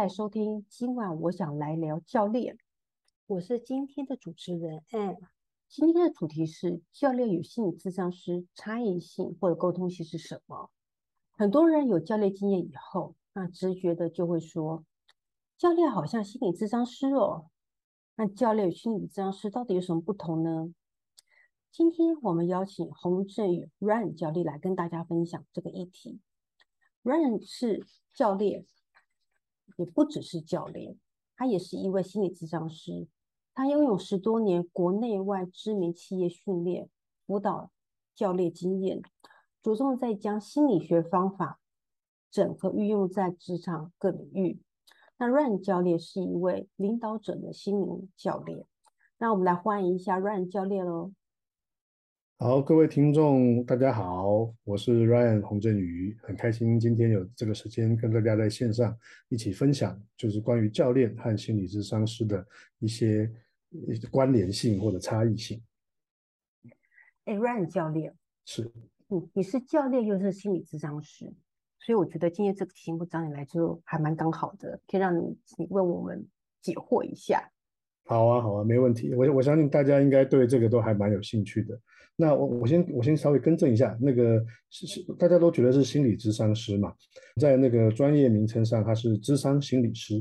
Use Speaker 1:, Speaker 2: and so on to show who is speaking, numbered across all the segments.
Speaker 1: 来收听。今晚我想来聊教练，我是今天的主持人 Ann。今天的主题是教练与心理咨商师差异性或者沟通性是什么？很多人有教练经验以后，那直觉的就会说，教练好像心理咨商师哦。那教练与心理咨商师到底有什么不同呢？今天我们邀请洪振宇 Ryan 教练来跟大家分享这个议题。Ryan 是教练，也不只是教练，他也是一位心理咨商师。他拥有10多年国内外知名企业训练、辅导教练经验，着重在将心理学方法整合运用在职场各领域。那 Ryan 教练是一位领导者的心灵教练。那我们来欢迎一下 Ryan 教练喽。
Speaker 2: 好，各位听众，大家好，我是 Ryan 洪振宇，很开心今天有这个时间跟大家在线上一起分享，就是关于教练和心理咨商师的一些关联性或者差异性。
Speaker 1: 哎，Ryan 教练，
Speaker 2: 是，
Speaker 1: 你是教练又是心理咨商师，所以我觉得今天这个题目找你来就还蛮刚好的，可以让你为我们解惑一下。
Speaker 2: 好啊，好啊，没问题。我相信大家应该对这个都还蛮有兴趣的。那我先稍微更正一下，那个大家都觉得是心理咨商师嘛，在那个专业名称上，他是咨商心理师。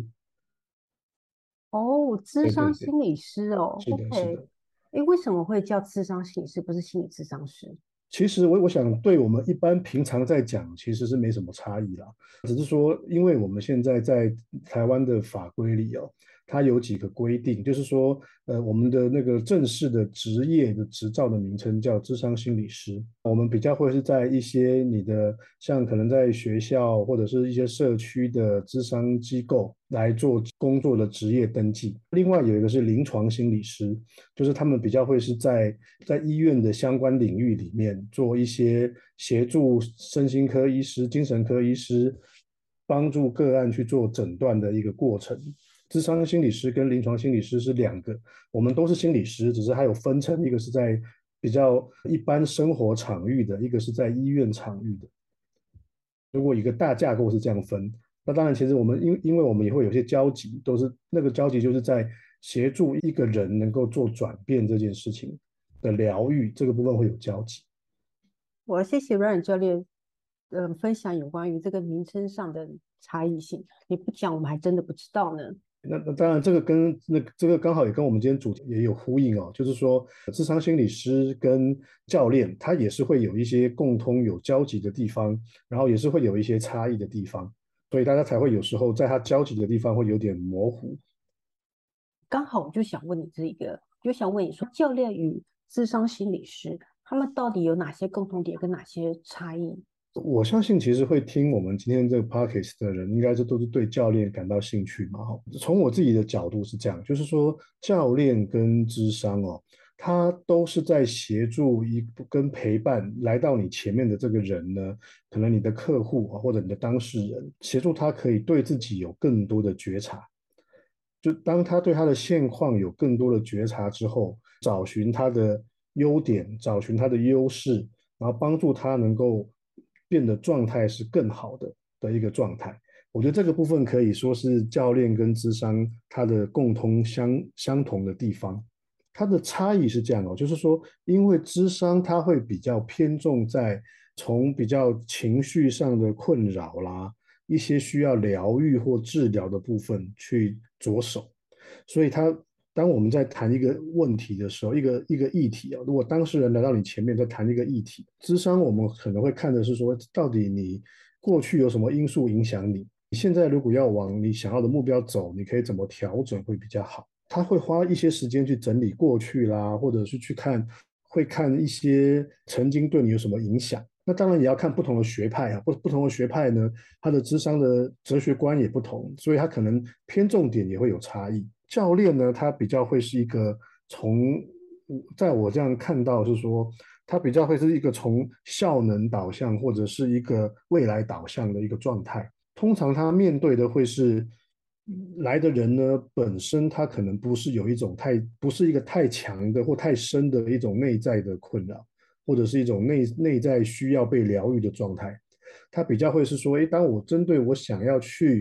Speaker 1: 哦，咨
Speaker 2: 对对对，
Speaker 1: 商心理师哦
Speaker 2: 是的，是
Speaker 1: ，OK。
Speaker 2: 的。
Speaker 1: 哎，为什么会叫咨商心理师，不是心理咨商师？
Speaker 2: 其实我想，对我们一般平常在讲，其实是没什么差异啦。只是说，因为我们现在在台湾的法规里哦，它有几个规定，就是说，我们的那个正式的职业的执照的名称叫咨商心理师。我们比较会是在一些你的像可能在学校或者是一些社区的咨商机构来做工作的职业登记。另外有一个是临床心理师，就是他们比较会是在医院的相关领域里面做一些协助身心科医师、精神科医师帮助个案去做诊断的一个过程。咨商心理师跟临床心理师是两个，我们都是心理师，只是还有分成，一个是在比较一般生活场域的，一个是在医院场域的。如果一个大架构是这样分，那当然其实我们因为我们也会有些交集，都是那个交集就是在协助一个人能够做转变这件事情的疗愈这个部分会有交集。
Speaker 1: 我要谢谢 Ryan 教练，分享有关于这个名称上的差异性。你不讲，我们还真的不知道呢。
Speaker 2: 那当然，这个跟这个刚好也跟我们今天主题也有呼应哦，就是说，咨商心理师跟教练他也是会有一些共通有交集的地方，然后也是会有一些差异的地方，所以大家才会有时候在他交集的地方会有点模糊。
Speaker 1: 刚好我就想问你这一个，就想问你说，教练与咨商心理师他们到底有哪些共同点跟哪些差异？
Speaker 2: 我相信其实会听我们今天这个 podcast 的人，应该是都是对教练感到兴趣嘛。哈，从我自己的角度是这样，就是说教练跟咨商哦，他都是在协助跟陪伴来到你前面的这个人呢，可能你的客户啊或者你的当事人，协助他可以对自己有更多的觉察。就当他对他的现况有更多的觉察之后，找寻他的优点，找寻他的优势，然后帮助他能够变得状态是更好的一个状态。我觉得这个部分可以说是教练跟咨商它的共通相同的地方。它的差异是这样哦，就是说，因为咨商它会比较偏重在从比较情绪上的困扰啦，一些需要疗愈或治疗的部分去着手，所以当我们在谈一个问题的时候，一个议题啊，如果当事人来到你前面在谈一个议题，咨商我们可能会看的是说，到底你过去有什么因素影响你，你现在如果要往你想要的目标走，你可以怎么调整会比较好。他会花一些时间去整理过去啦，或者是会看一些曾经对你有什么影响。那当然也要看不同的学派啊，不同的学派呢，它的智商的哲学观也不同，所以它可能偏重点也会有差异。教练呢，他比较会是一个从，在我这样看到是说，他比较会是一个从效能导向或者是一个未来导向的一个状态。通常他面对的会是来的人呢，本身他可能不是一个太强的或太深的一种内在的困扰，或者是一种内在需要被疗愈的状态。他比较会是说，诶，当我针对我想要去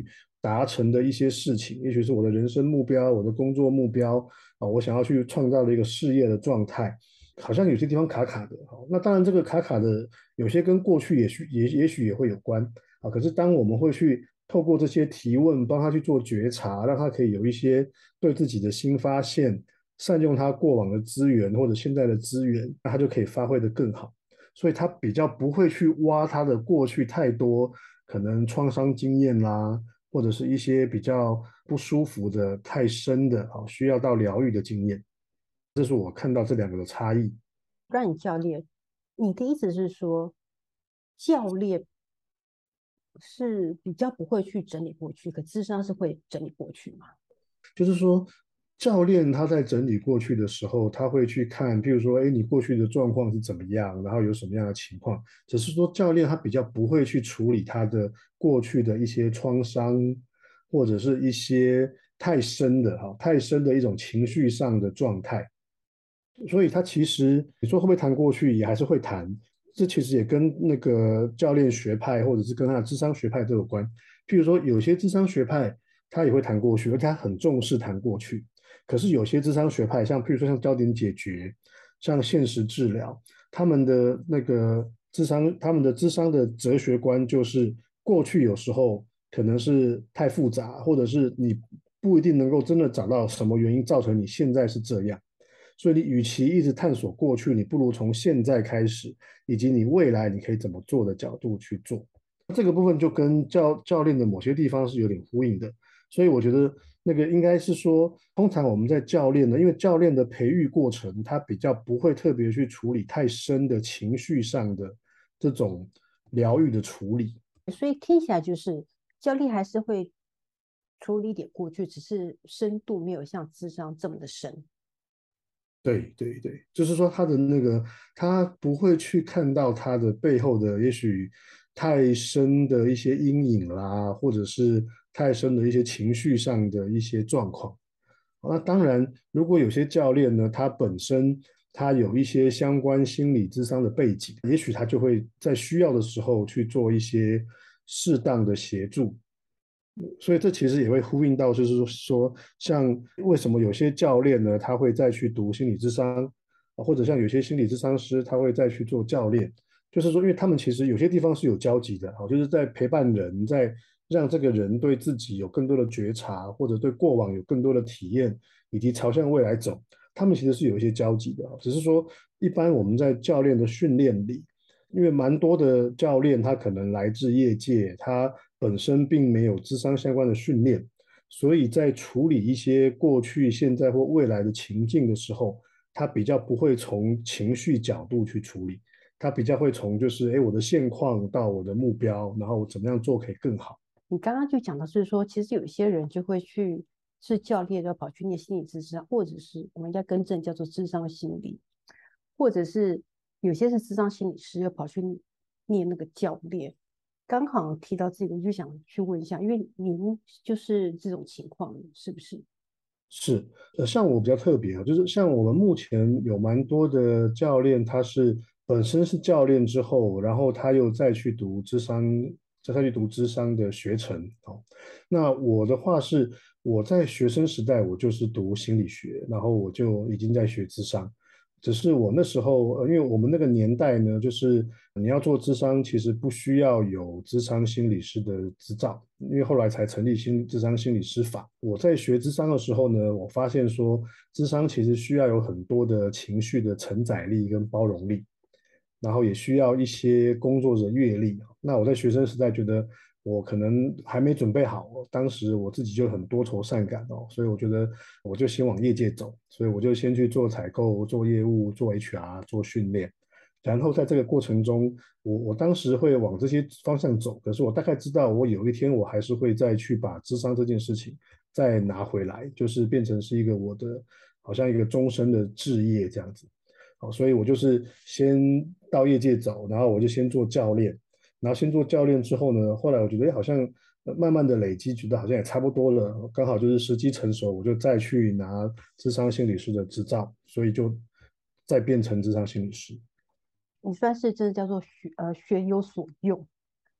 Speaker 2: 达成的一些事情，也许是我的人生目标、我的工作目标啊，我想要去创造的一个事业的状态，好像有些地方卡卡的。好，那当然这个卡卡的有些跟过去也许也会有关啊。可是当我们会去透过这些提问，帮他去做觉察，让他可以有一些对自己的新发现，善用他过往的资源或者现在的资源，那他就可以发挥得更好。所以他比较不会去挖他的过去太多可能创伤经验啦，或者是一些比较不舒服的、太深的啊，需要到疗愈的经验。这是我看到这两个的差异。
Speaker 1: 让你教练，你的意思是说，教练是比较不会去整理过去，可智商是会整理过去嘛？
Speaker 2: 就是说，教练他在整理过去的时候，他会去看，譬如说，哎，你过去的状况是怎么样，然后有什么样的情况。只是说，教练他比较不会去处理他的过去的一些创伤，或者是一些太深的一种情绪上的状态。所以他其实你说会不会谈过去，也还是会谈。这其实也跟那个教练学派或者是跟他的智商学派都有关。譬如说，有些智商学派他也会谈过去，而且他很重视谈过去。可是有些智商学派，像譬如说像焦点解决、像现实治疗，他们的那个智商，他们的智商的哲学观就是过去有时候可能是太复杂，或者是你不一定能够真的找到什么原因造成你现在是这样。所以你与其一直探索过去，你不如从现在开始，以及你未来你可以怎么做的角度去做。这个部分就跟教练的某些地方是有点呼应的。所以我觉得那个应该是说，通常我们在教练的，因为教练的培育过程，他比较不会特别去处理太深的情绪上的这种疗愈的处理。
Speaker 1: 所以听起来就是教练还是会处理一点过去，只是深度没有像智商这么的深。
Speaker 2: 对对对，就是说他的那个，他不会去看到他的背后的也许太深的一些阴影啦，或者是太深的一些情绪上的一些状况。那当然，如果有些教练呢，他本身他有一些相关心理咨商的背景，也许他就会在需要的时候去做一些适当的协助。所以这其实也会呼应到，就是说，像为什么有些教练呢，他会再去读心理咨商，或者像有些心理咨商师，他会再去做教练，就是说，因为他们其实有些地方是有交集的，就是在陪伴人，在让这个人对自己有更多的觉察，或者对过往有更多的体验，以及朝向未来走，他们其实是有一些交集的，只是说，一般我们在教练的训练里。因为蛮多的教练他可能来自业界，他本身并没有智商相关的训练，所以在处理一些过去、现在或未来的情境的时候，他比较不会从情绪角度去处理，他比较会从就是我的现况到我的目标，然后怎么样做可以更好。
Speaker 1: 你刚刚就讲的是说，其实有一些人就会去是教练，要跑去念心理智商，或者是我们应该更正叫做智商心理，或者是有些是智商心理师，要跑去念那个教练。刚好提到这个，我就想去问一下，因为您就是这种情况，是不是？
Speaker 2: 是，像我比较特别啊，就是像我们目前有蛮多的教练，他是本身是教练之后，然后他又再去读智商，再去读智商的学程。哦，那我的话是，我在学生时代我就是读心理学，然后我就已经在学智商。只是我那时候，因为我们那个年代呢，就是你要做咨商，其实不需要有咨商心理师的执照，因为后来才成立咨商心理师法。我在学咨商的时候呢，我发现说，咨商其实需要有很多的情绪的承载力跟包容力，然后也需要一些工作者阅历。那我在学生时代觉得我可能还没准备好，当时我自己就很多愁善感哦，所以我觉得我就先往业界走，所以我就先去做采购、做业务、做 HR、做训练，然后在这个过程中，我当时会往这些方向走，可是我大概知道，我有一天我还是会再去把智商这件事情再拿回来，就是变成是一个我的好像一个终身的志业这样子。好，所以我就是先到业界走，然后我就先做教练，然后先做教练之后呢，后来我觉得好像慢慢的累积，觉得好像也差不多了，刚好就是时机成熟，我就再去拿智商心理师的执照，所以就再变成智商心理师。
Speaker 1: 你算是真的叫做学有所用。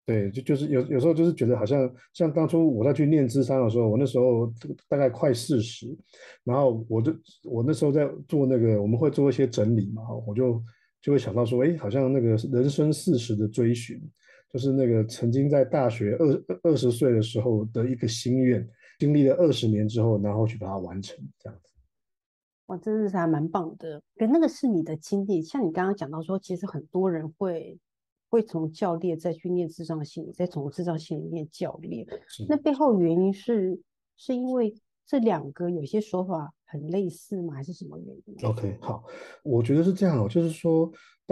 Speaker 2: 对，就是有时候就是觉得好像像当初我在去念智商的时候，我那时候大概快40，然后我那时候在做那个我们会做一些整理嘛，我就会想到说，哎，好像那个人生40的追寻，就是那个曾经在大学20岁的时候的一个心愿，经历了20年之后，然后去把它完成，这样子。
Speaker 1: 哇，真的是还蛮棒的。可那个是你的经历，像你刚刚讲到说，其实很多人会从教练再去念智障心理，再从智障心理念教练。那
Speaker 2: 是。
Speaker 1: 背后原因是因为这两个有些说法很类似吗？还是什么原因？
Speaker 2: OK，好，我觉得是这样哦，就是说，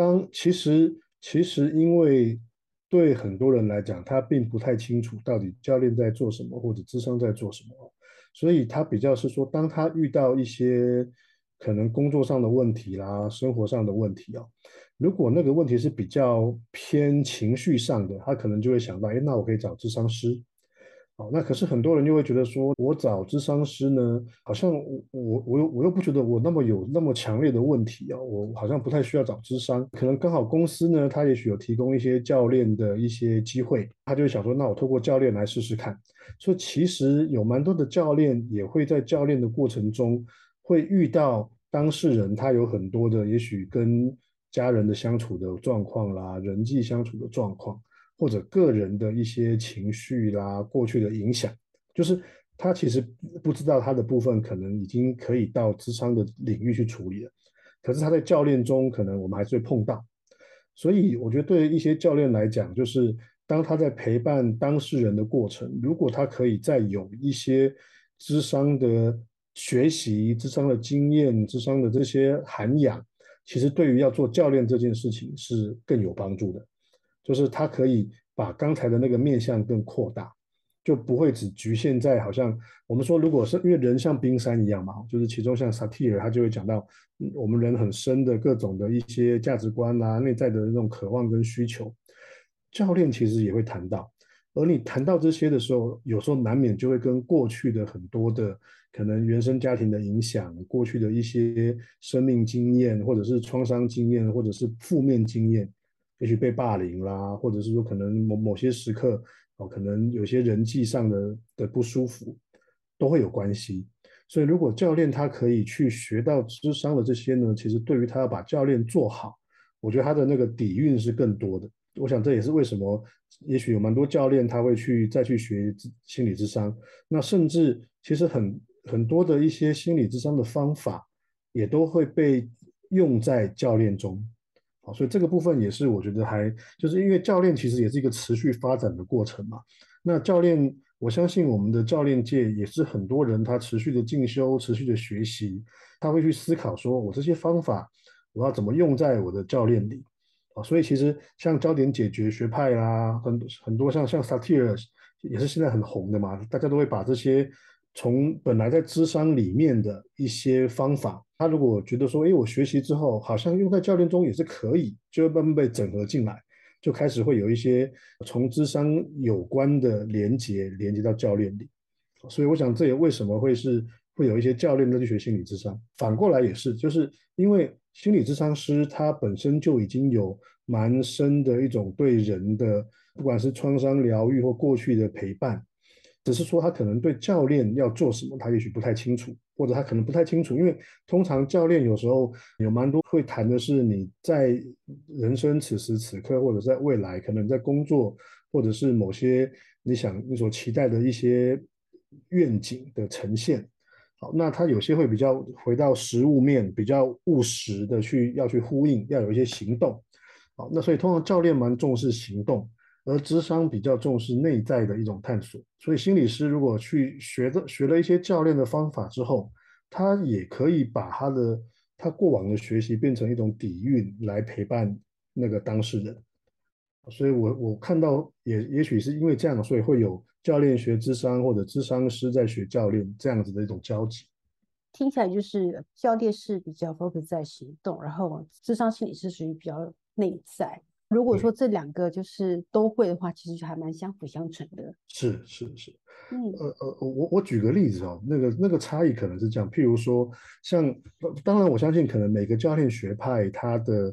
Speaker 2: 其实因为对很多人来讲，他并不太清楚到底教练在做什么，或者咨商在做什么，所以他比较是说，当他遇到一些可能工作上的问题啦、生活上的问题啊，如果那个问题是比较偏情绪上的，他可能就会想到，哎，那我可以找咨商师。好，那可是很多人就会觉得说，我找咨商师呢，好像我又不觉得我有那么强烈的问题啊，我好像不太需要找咨商。可能刚好公司呢，他也许有提供一些教练的一些机会，他就会想说，那我透过教练来试试看。所以其实有蛮多的教练也会在教练的过程中，会遇到当事人他有很多的，也许跟家人的相处的状况啦，人际相处的状况。或者个人的一些情绪啦、过去的影响，就是他其实不知道他的部分可能已经可以到智商的领域去处理了，可是他在教练中可能我们还是会碰到，所以我觉得对于一些教练来讲，就是当他在陪伴当事人的过程，如果他可以再有一些智商的学习、智商的经验、智商的这些涵养，其实对于要做教练这件事情是更有帮助的。就是他可以把刚才的那个面向更扩大，就不会只局限在好像我们说，如果是因为人像冰山一样嘛，就是其中像萨提尔他就会讲到，我们人很深的各种的一些价值观啊，内在的那种渴望跟需求，教练其实也会谈到。而你谈到这些的时候，有时候难免就会跟过去的很多的可能原生家庭的影响，过去的一些生命经验，或者是创伤经验，或者是负面经验，也许被霸凌啦，或者是说可能某些时刻哦，可能有些人际上的不舒服，都会有关系。所以如果教练他可以去学到智商的这些呢，其实对于他要把教练做好，我觉得他的那个底蕴是更多的。我想这也是为什么，也许有蛮多教练他会再去学心理智商，那甚至其实很多的一些心理智商的方法，也都会被用在教练中。好，所以这个部分也是我觉得就是因为教练其实也是一个持续发展的过程嘛。那教练，我相信我们的教练界也是很多人他持续的进修、持续的学习，他会去思考说，我这些方法我要怎么用在我的教练里。啊，所以其实像焦点解决学派啦，很多像 Satir 也是现在很红的嘛，大家都会把这些从本来在智商里面的一些方法，他如果觉得说，哎，我学习之后好像用在教练中也是可以，就会慢慢被整合进来，就开始会有一些从智商有关的连接到教练里。所以我想这也为什么会有一些教练在去学心理智商，反过来也是，就是因为心理智商师他本身就已经有蛮深的一种对人的，不管是创伤疗愈或过去的陪伴，只是说他可能对教练要做什么，他也许不太清楚，或者他可能不太清楚，因为通常教练有时候有蛮多会谈的是你在人生此时此刻，或者在未来，可能在工作，或者是某些你所期待的一些愿景的呈现。好，那他有些会比较回到实物面，比较务实的要去呼应，要有一些行动。好，那所以通常教练蛮重视行动，而智商比较重视内在的一种探索。所以心理师如果去学了一些教练的方法之后，他也可以把他过往的学习变成一种底蕴来陪伴那个当事人。所以我看到也许是因为这样，所以会有教练学智商或者智商师在学教练这样子的一种交集。
Speaker 1: 听起来就是教练是比较 focus 在行动，然后智商心理是属于比较内在。如果说
Speaker 2: 对，
Speaker 1: 这两个就是都会的话，其实就还蛮相辅相成的。
Speaker 2: 是。
Speaker 1: 嗯，
Speaker 2: 我举个例子哦，那个差异可能是这样，譬如说像，当然我相信可能每个教练学派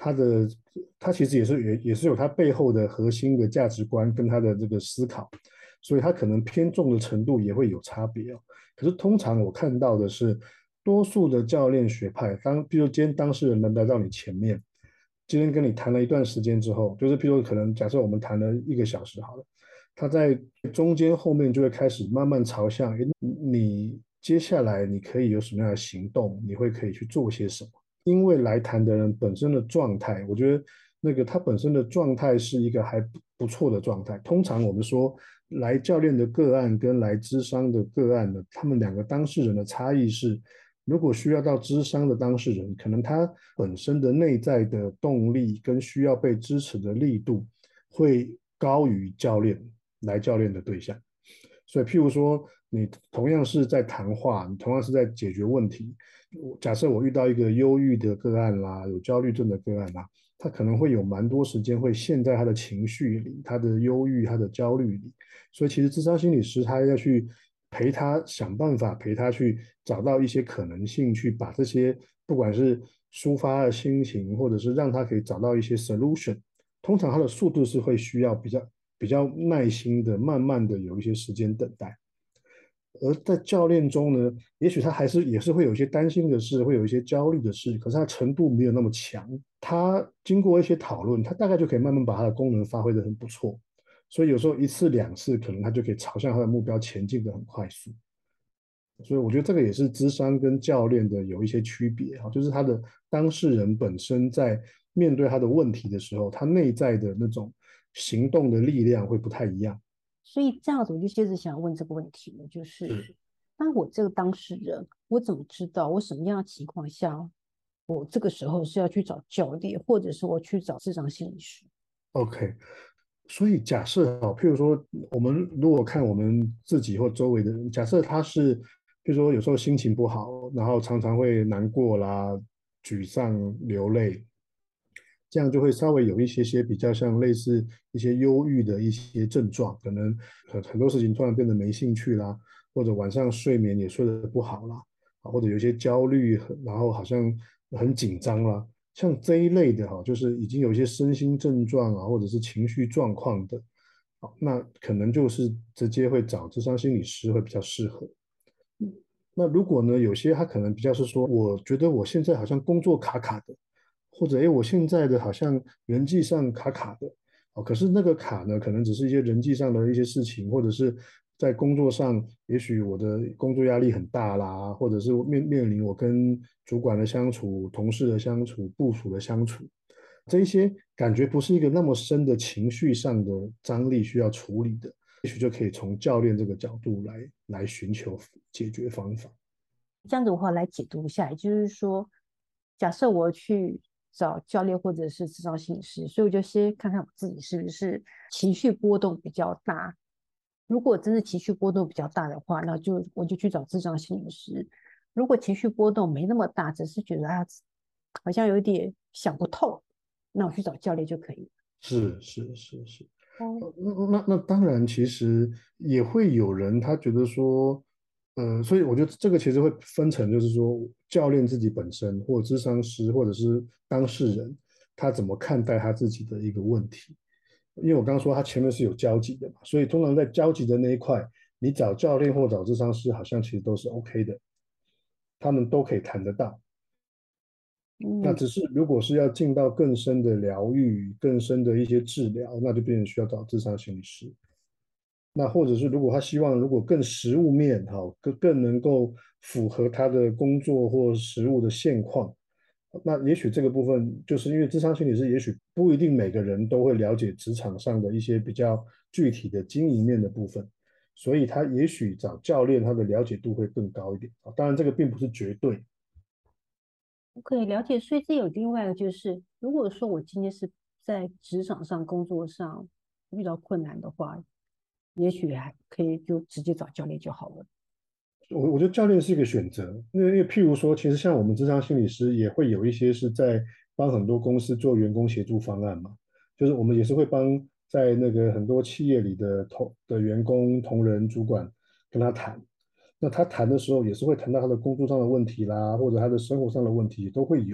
Speaker 2: 他的他其实也是有他背后的核心的价值观跟他的这个思考，所以他可能偏重的程度也会有差别哦。可是通常我看到的是，多数的教练学派，比如今天当事人能来到你前面，今天跟你谈了一段时间之后，就是譬如可能假设我们谈了1个小时好了，他在中间后面就会开始慢慢朝向，诶你接下来你可以有什么样的行动，你会可以去做些什么？因为来谈的人本身的状态，我觉得那个他本身的状态是一个还不错的状态。通常我们说来教练的个案跟来咨商的个案呢，他们两个当事人的差异是，如果需要到咨商的当事人，可能他本身的内在的动力跟需要被支持的力度会高于教练的对象。所以，譬如说，你同样是在谈话，你同样是在解决问题。假设我遇到一个忧郁的个案啦，有焦虑症的个案啦，他可能会有蛮多时间会陷在他的情绪里、他的忧郁、他的焦虑里。所以，其实咨商心理师他要去陪他想办法，陪他去找到一些可能性，去把这些不管是抒发的心情，或者是让他可以找到一些 solution。通常他的速度是会需要比较耐心的，慢慢的有一些时间等待。而在教练中呢，也许他也是会有一些担心的事，会有一些焦虑的事，可是他程度没有那么强。他经过一些讨论，他大概就可以慢慢把他的功能发挥的很不错。所以有时候1次2次，可能他就可以朝向他的目标前进的很快速。所以我觉得这个也是咨商跟教练的有一些区别哈，就是他的当事人本身在面对他的问题的时候，他内在的那种行动的力量会不太一样。
Speaker 1: 所以这样子，我就接着想问这个问题了，就是
Speaker 2: 是
Speaker 1: 当我这个当事人，我怎么知道我什么样的情况下，我这个时候是要去找教练，或者是我去找智商心理师？
Speaker 2: OK，所以假设啊，譬如说，我们如果看我们自己或周围的人，假设他是，譬如说有时候心情不好，然后常常会难过啦、沮丧、流泪，这样就会稍微有一些比较像类似一些忧郁的一些症状，可能很多事情突然变得没兴趣啦，或者晚上睡眠也睡得不好啦，或者有一些焦虑，然后好像很紧张啦，像这一类的哈，就是已经有一些身心症状啊，或者是情绪状况的，好，那可能就是直接会找咨商心理师会比较适合。那如果呢，有些他可能比较是说，我觉得我现在好像工作卡卡的，或者我现在的好像人际上卡卡的，哦，可是那个卡呢，可能只是一些人际上的一些事情，或者是在工作上，也许我的工作压力很大啦，或者是面临我跟主管的相处、同事的相处、部属的相处，这一些感觉不是一个那么深的情绪上的张力需要处理的。也许就可以从教练这个角度来寻求解决方法。
Speaker 1: 这样子的话来解读一下，也就是说，假设我去找教练或者是智商心理师，所以我就先看看我自己是不是情绪波动比较大。如果真的情绪波动比较大的话，我就去找智商心理师。如果情绪波动没那么大，只是觉得好像有一点想不透，那我去找教练就可以了。
Speaker 2: 是，
Speaker 1: 哦，
Speaker 2: 那当然，其实也会有人他觉得说，所以我觉得这个其实会分成，就是说教练自己本身，或者咨商师，或者是当事人，他怎么看待他自己的一个问题。因为我刚刚说他前面是有交集的嘛，所以通常在交集的那一块，你找教练或找咨商师，好像其实都是 OK 的，他们都可以谈得到。那
Speaker 1: 嗯，
Speaker 2: 只是如果是要进到更深的疗愈、更深的一些治疗，那就变成需要找智商心理师。那或者是如果他希望如果更实务面哈，更能够符合他的工作或实务的现况，那也许这个部分就是因为智商心理师也许不一定每个人都会了解职场上的一些比较具体的经营面的部分，所以他也许找教练他的了解度会更高一点啊。当然这个并不是绝对。
Speaker 1: 我可以了解。所以这有另外一个就是，如果说我今天是在职场上、工作上遇到困难的话，也许还可以就直接找教练就好了。
Speaker 2: 我觉得教练是一个选择，因为譬如说，其实像我们职场心理师也会有一些是在帮很多公司做员工协助方案嘛，就是我们也是会帮在那个很多企业里的员工、同仁、主管跟他谈，那他谈的时候也是会谈到他的工作上的问题啦，或者他的生活上的问题都会有。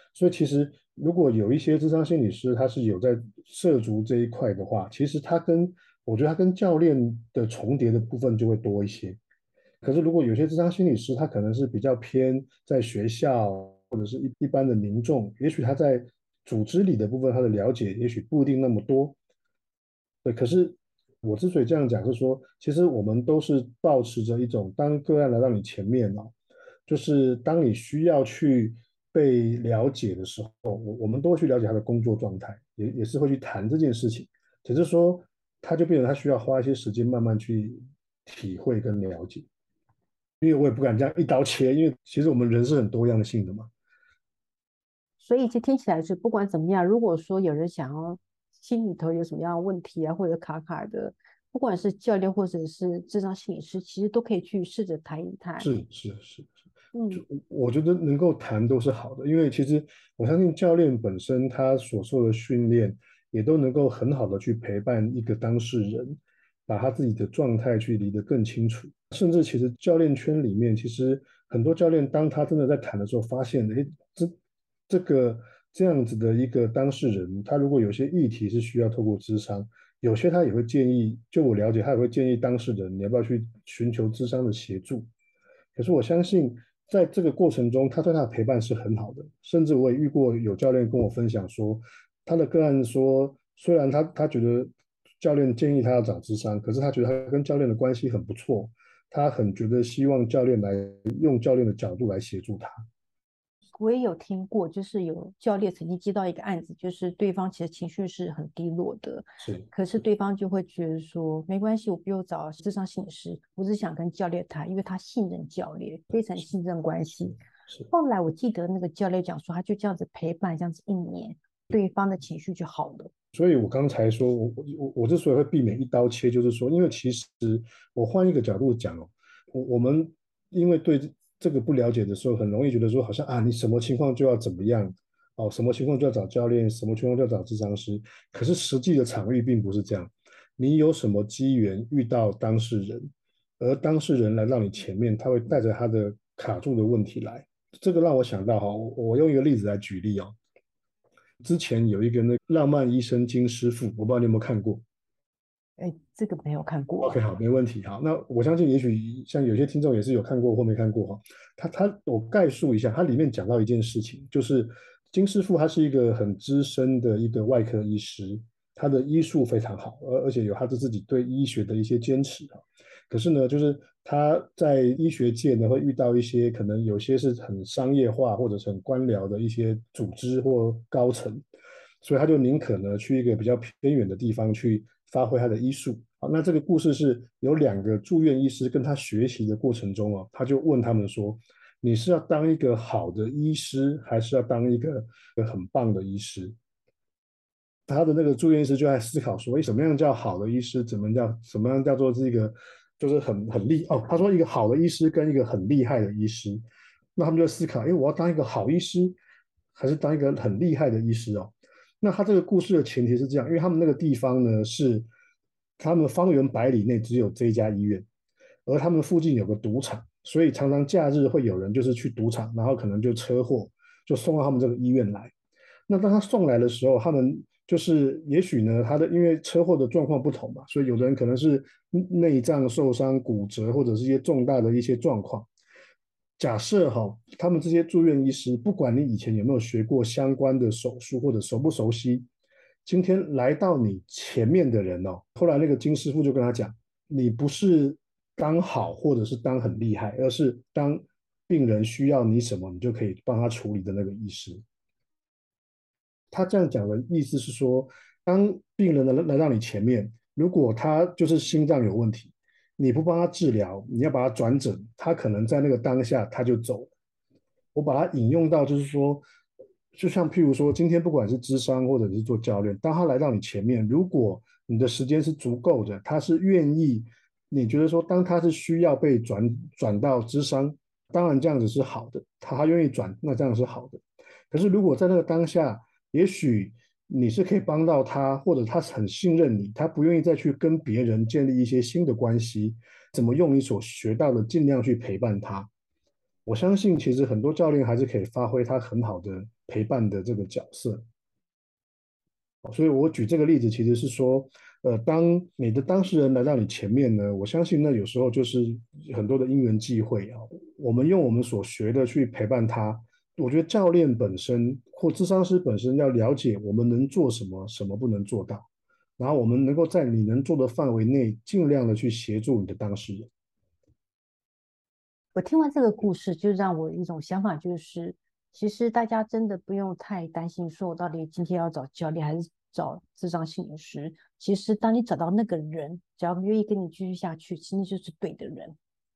Speaker 2: 所以其实如果有一些諮商心理师他是有在涉足这一块的话，其实我觉得他跟教练的重叠的部分就会多一些。可是如果有些諮商心理师他可能是比较偏在学校或者是一般的民众，也许他在组织里的部分他的了解也许不一定那么多。对，可是我之所以这样讲是说，其实我们都是保持着一种，当个案来到你前面哦，就是当你需要去被了解的时候，我们都会去了解他的工作状态，也是会去谈这件事情。只是说，他就变成他需要花一些时间慢慢去体会跟了解。因为我也不敢这样一刀切，因为其实我们人是很多样性的嘛。
Speaker 1: 所以就听起来是不管怎么样，如果说有人想要心里头有什么样的问题啊，或者卡卡的，不管是教练或者是智商心理师，其实都可以去试着谈一谈。
Speaker 2: 是，就
Speaker 1: 嗯，
Speaker 2: 我觉得能够谈都是好的，因为其实我相信教练本身他所受的训练，也都能够很好的去陪伴一个当事人，把他自己的状态去理得更清楚。甚至其实教练圈里面，其实很多教练当他真的在谈的时候，发现，哎，这个这样子的一个当事人，他如果有些议题是需要透过咨商，有些他也会建议，就我了解，他也会建议当事人你要不要去寻求咨商的协助。可是我相信，在这个过程中，他对他的陪伴是很好的。甚至我也遇过有教练跟我分享说，他的个案说，虽然他觉得教练建议他要找咨商，可是他觉得他跟教练的关系很不错，他很觉得希望教练来用教练的角度来协助他。
Speaker 1: 我也有听过，就是有教练曾经接到一个案子，就是对方其实情绪是很低落的，可是
Speaker 2: 是是
Speaker 1: 对方就会觉得说，没关系，我不用找智商心理师，我只想跟教练谈，因为他信任教练，非常信任关系。
Speaker 2: 是。
Speaker 1: 后来我记得那个教练讲说，他就这样子陪伴，这样子1年，对方的情绪就好了。
Speaker 2: 所以我刚才说，我之所以会避免一刀切，就是说，因为其实我换一个角度讲哦，我们因为对这个不了解的时候，很容易觉得说，好像啊，你什么情况就要怎么样，哦，什么情况就要找教练，什么情况就要找咨商师。可是实际的场域并不是这样，你有什么机缘遇到当事人，而当事人来到你前面，他会带着他的卡住的问题来。这个让我想到哈，我用一个例子来举例哦。之前有一个浪漫医生金师傅，我不知道你有没有看过。
Speaker 1: 哎，这个没有看过
Speaker 2: OK，
Speaker 1: 哎。
Speaker 2: 好，没问题。好，那我相信也许像有些听众也是有看过或没看过哈。我概述一下，它里面讲到一件事情，就是金师傅他是一个很资深的一个外科医师，他的医术非常好，而且有他自己对医学的一些坚持哈。可是呢，就是他在医学界呢会遇到一些可能有些是很商业化或者是很官僚的一些组织或高层，所以他就宁可呢去一个比较偏远的地方去发挥他的医术。好，那这个故事是有2个住院医师跟他学习的过程中哦，他就问他们说：你是要当一个好的医师，还是要当一个很棒的医师？他的那个住院医师就在思考说：什么样叫好的医师？怎么样叫做这个就是很厉哦？他说一个好的医师跟一个很厉害的医师，那他们就思考：我要当一个好医师，还是当一个很厉害的医师哦？那他这个故事的前提是这样，因为他们那个地方呢是他们方圆100里内只有这一家医院，而他们附近有个赌场，所以常常假日会有人就是去赌场，然后可能就车祸就送到他们这个医院来。那当他送来的时候，他们就是也许呢，他的因为车祸的状况不同嘛，所以有的人可能是内脏受伤、骨折，或者是一些重大的一些状况。假设哈，他们这些住院医师，不管你以前有没有学过相关的手术或者熟不熟悉，今天来到你前面的人哦，后来那个金师傅就跟他讲，你不是当好或者是当很厉害，而是当病人需要你什么，你就可以帮他处理的那个医师。他这样讲的意思是说，当病人来到你前面，如果他就是心脏有问题，你不帮他治疗，你要把他转诊，他可能在那个当下他就走了。我把它引用到，就是说，就像譬如说，今天不管是咨商或者是做教练，当他来到你前面，如果你的时间是足够的，他是愿意，你觉得说，当他是需要被转到咨商，当然这样子是好的，他愿意转，那这样是好的。可是如果在那个当下，也许你是可以帮到他，或者他很信任你，他不愿意再去跟别人建立一些新的关系，怎么用你所学到的尽量去陪伴他。 我相信其实很多教练还是可以发挥他很好的陪伴的这个角色。所以我举这个例子，其实是说，当你的当事人来到你前面呢，我相信那有时候就是很多的因缘际会啊，我们用我们所学的去陪伴他。我觉得教练本身或咨商师本身要了解我们能做什么，什么不能做到，然后我们能够在你能做的范围内，尽量的去协助你的当事人。
Speaker 1: 我听完这个故事，就让我有一种想法，就是其实大家真的不用太担心，说我到底今天要找教练还是找智商心理师。其实当你找到那个人，只要愿意跟你继续下去，其实就是对的人。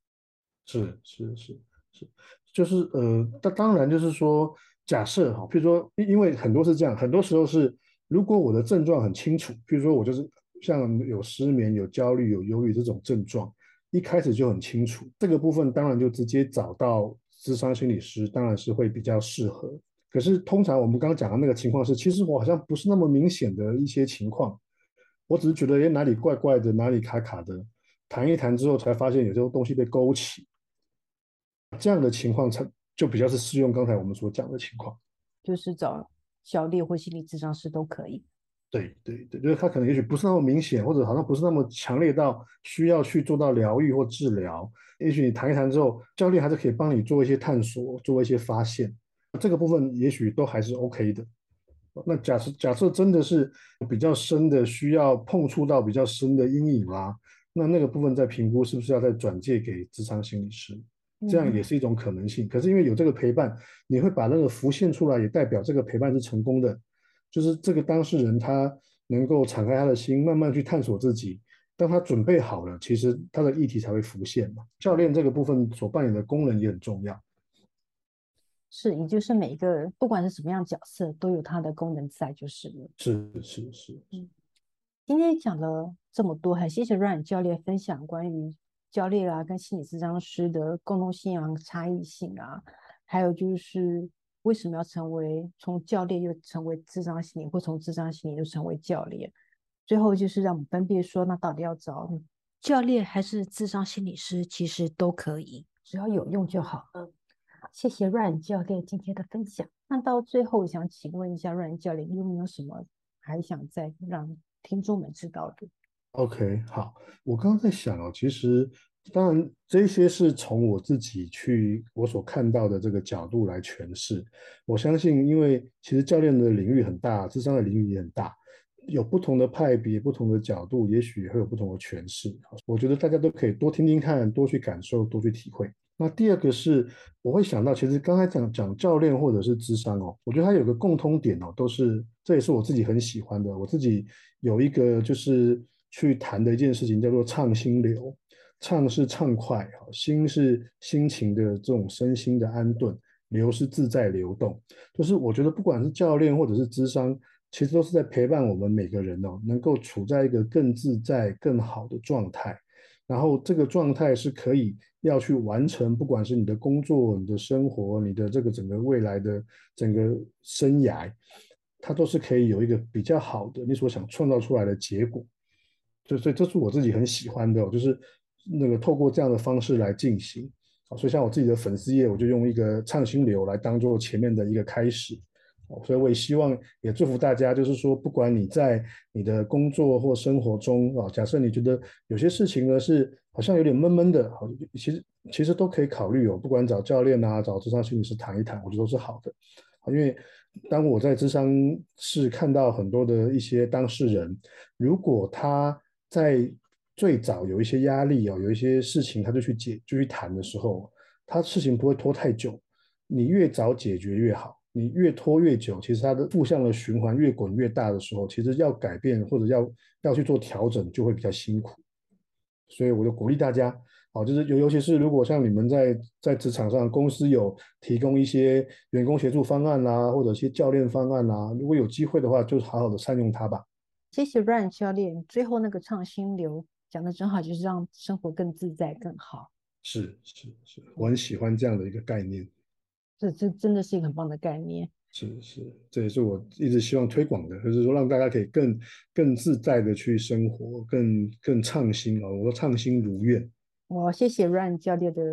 Speaker 2: 是，就是当然就是说，假设哈，譬如说，因为很多是这样，很多时候是，如果我的症状很清楚，譬如说我就是像有失眠、有焦虑、有忧郁这种症状，一开始就很清楚，这个部分当然就直接找到咨商心理师，当然是会比较适合。可是通常我们刚刚讲的那个情况是，其实我好像不是那么明显的一些情况，我只是觉得哎哪里怪怪的，哪里卡卡的，谈一谈之后才发现有些东西被勾起。这样的情况才就比较是适用刚才我们所讲的情况。
Speaker 1: 就是找教练或心理咨商师都可以。
Speaker 2: 对对对，就是他可能也许不是那么明显，或者好像不是那么强烈到需要去做到疗愈或治疗。也许你谈一谈之后，教练还是可以帮你做一些探索，做一些发现。这个部分也许都还是 OK 的。那假设真的是比较深的，需要碰触到比较深的阴影啦，那个部分再评估是不是要再转介给咨商心理师，这样也
Speaker 1: 嗯，
Speaker 2: 是一种可能性。可是因为有这个陪伴，你会把那个浮现出来，也代表这个陪伴是成功的，就是这个当事人他能够敞开他的心，慢慢去探索自己。当他准备好了，其实他的议题才会浮现嘛。教练这个部分所扮演的功能也很重要。
Speaker 1: 是，也就是每一个不管是什么样的角色，都有它的功能在，就是了。
Speaker 2: 是，
Speaker 1: 嗯，今天讲了这么多，很谢谢 Ryan 教练分享关于教练啊跟心理咨商师的共同性啊、差异性啊，还有就是为什么要成为从教练又成为咨商心理，或从咨商心理又成为教练。最后就是让我们分辨说，那到底要找教练还是咨商心理师，其实都可以，只要有用就好。谢谢 Ryan 教练今天的分享。那到最后，想请问一下 Ryan 教练，有没有什么还想再让听众们知道的？
Speaker 2: OK，好，我刚刚在想哦，其实当然这些是从我自己去我所看到的这个角度来诠释。我相信，因为其实教练的领域很大，智商的领域也很大，有不同的派别、不同的角度，也许会有不同的诠释。我觉得大家都可以多听听看，多去感受，多去体会。那第二个是，我会想到，其实刚才讲教练或者是智商哦，我觉得它有个共通点哦，都是这也是我自己很喜欢的。我自己有一个就是去谈的一件事情，叫做畅心流。畅是畅快，心是心情的这种身心的安顿，流是自在流动。就是我觉得不管是教练或者是智商，其实都是在陪伴我们每个人哦，能够处在一个更自在、更好的状态。然后这个状态是可以要去完成，不管是你的工作、你的生活、你的这个整个未来的整个生涯，它都是可以有一个比较好的你所想创造出来的结果。所以这是我自己很喜欢的哦，就是那个透过这样的方式来进行。所以像我自己的粉丝页，我就用一个畅心流来当做前面的一个开始。所以我也希望也祝福大家，就是说，不管你在你的工作或生活中啊，假设你觉得有些事情呢是好像有点闷闷的，好，其实都可以考虑哦，不管找教练啊，找咨商心理师谈一谈，我觉得都是好的。因为当我在咨商室看到很多的一些当事人，如果他在最早有一些压力哦，有一些事情他就去谈的时候，他事情不会拖太久，你越早解决越好。你越拖越久，其实它的负向的循环越滚越大的时候，其实要改变或者要去做调整，就会比较辛苦。所以我就鼓励大家，好，就是尤其是如果像你们在职场上，公司有提供一些员工协助方案啦，或者一些教练方案啦，如果有机会的话，就好好的善用它吧。
Speaker 1: 谢谢 Ryan 教练，最后那个畅心流讲的真好，就是让生活更自在、更好。
Speaker 2: 是，我
Speaker 1: 嗯，
Speaker 2: 很喜欢这样的一个概念。
Speaker 1: 这真的是一个很棒的概念。
Speaker 2: 是，这也是我一直希望推广的，就是说让大家可以更自在的去生活，更畅心啊！我说畅心如愿。
Speaker 1: 我谢谢 Ryan 教练的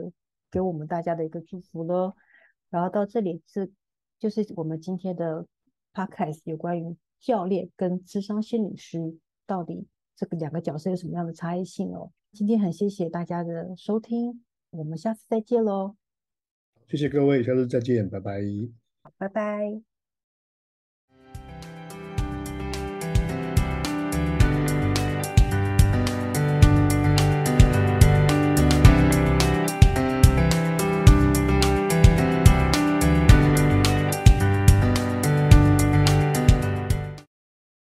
Speaker 1: 给我们大家的一个祝福咯。然后到这里就是我们今天的 podcast 有关于教练跟諮商心理师到底这个两个角色有什么样的差异性哦。今天很谢谢大家的收听，我们下次再见喽，
Speaker 2: 谢谢各位，下次再见，拜拜。
Speaker 1: 拜拜。